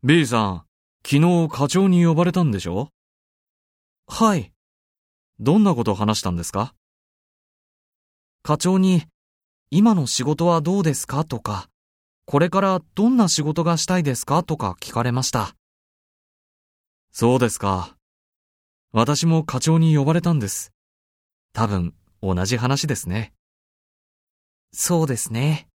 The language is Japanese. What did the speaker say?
B さん、昨日課長に呼ばれたんでしょ？ はい。 どんなこと話したんですか？ 課長に、今の仕事はどうですかとか、これからどんな仕事がしたいですかとか聞かれました。 そうですか。私も課長に呼ばれたんです。多分、同じ話ですね。 そうですね。